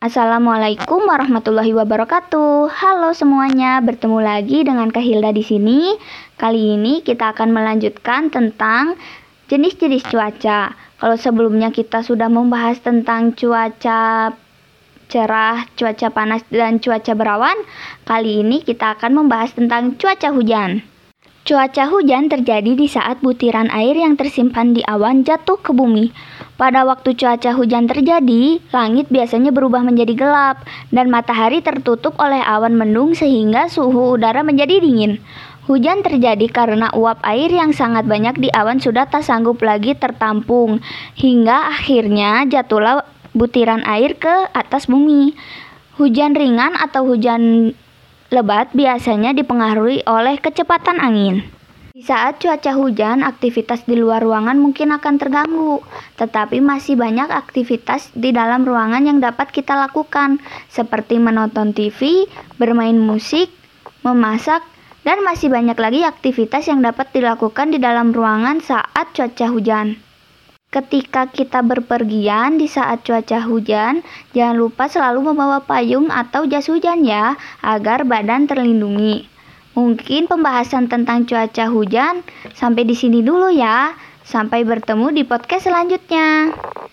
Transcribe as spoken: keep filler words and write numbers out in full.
Assalamualaikum warahmatullahi wabarakatuh. Halo semuanya, bertemu lagi dengan Kak Hilda di sini. Kali ini kita akan melanjutkan tentang jenis-jenis cuaca. Kalau sebelumnya kita sudah membahas tentang cuaca cerah, cuaca panas, dan cuaca berawan, kali ini kita akan membahas tentang cuaca hujan. Cuaca hujan terjadi di saat butiran air yang tersimpan di awan jatuh ke bumi. Pada waktu cuaca hujan terjadi, langit biasanya berubah menjadi gelap dan matahari tertutup oleh awan mendung sehingga suhu udara menjadi dingin. Hujan terjadi karena uap air yang sangat banyak di awan sudah tak sanggup lagi tertampung, hingga akhirnya jatuhlah butiran air ke atas bumi. Hujan ringan atau hujan lebat biasanya dipengaruhi oleh kecepatan angin. Di saat cuaca hujan, aktivitas di luar ruangan mungkin akan terganggu, tetapi masih banyak aktivitas di dalam ruangan yang dapat kita lakukan, seperti menonton T V, bermain musik, memasak, dan masih banyak lagi aktivitas yang dapat dilakukan di dalam ruangan saat cuaca hujan. Ketika kita berpergian di saat cuaca hujan, jangan lupa selalu membawa payung atau jas hujan ya, agar badan terlindungi. Mungkin pembahasan tentang cuaca hujan sampai di sini dulu ya. Sampai bertemu di podcast selanjutnya.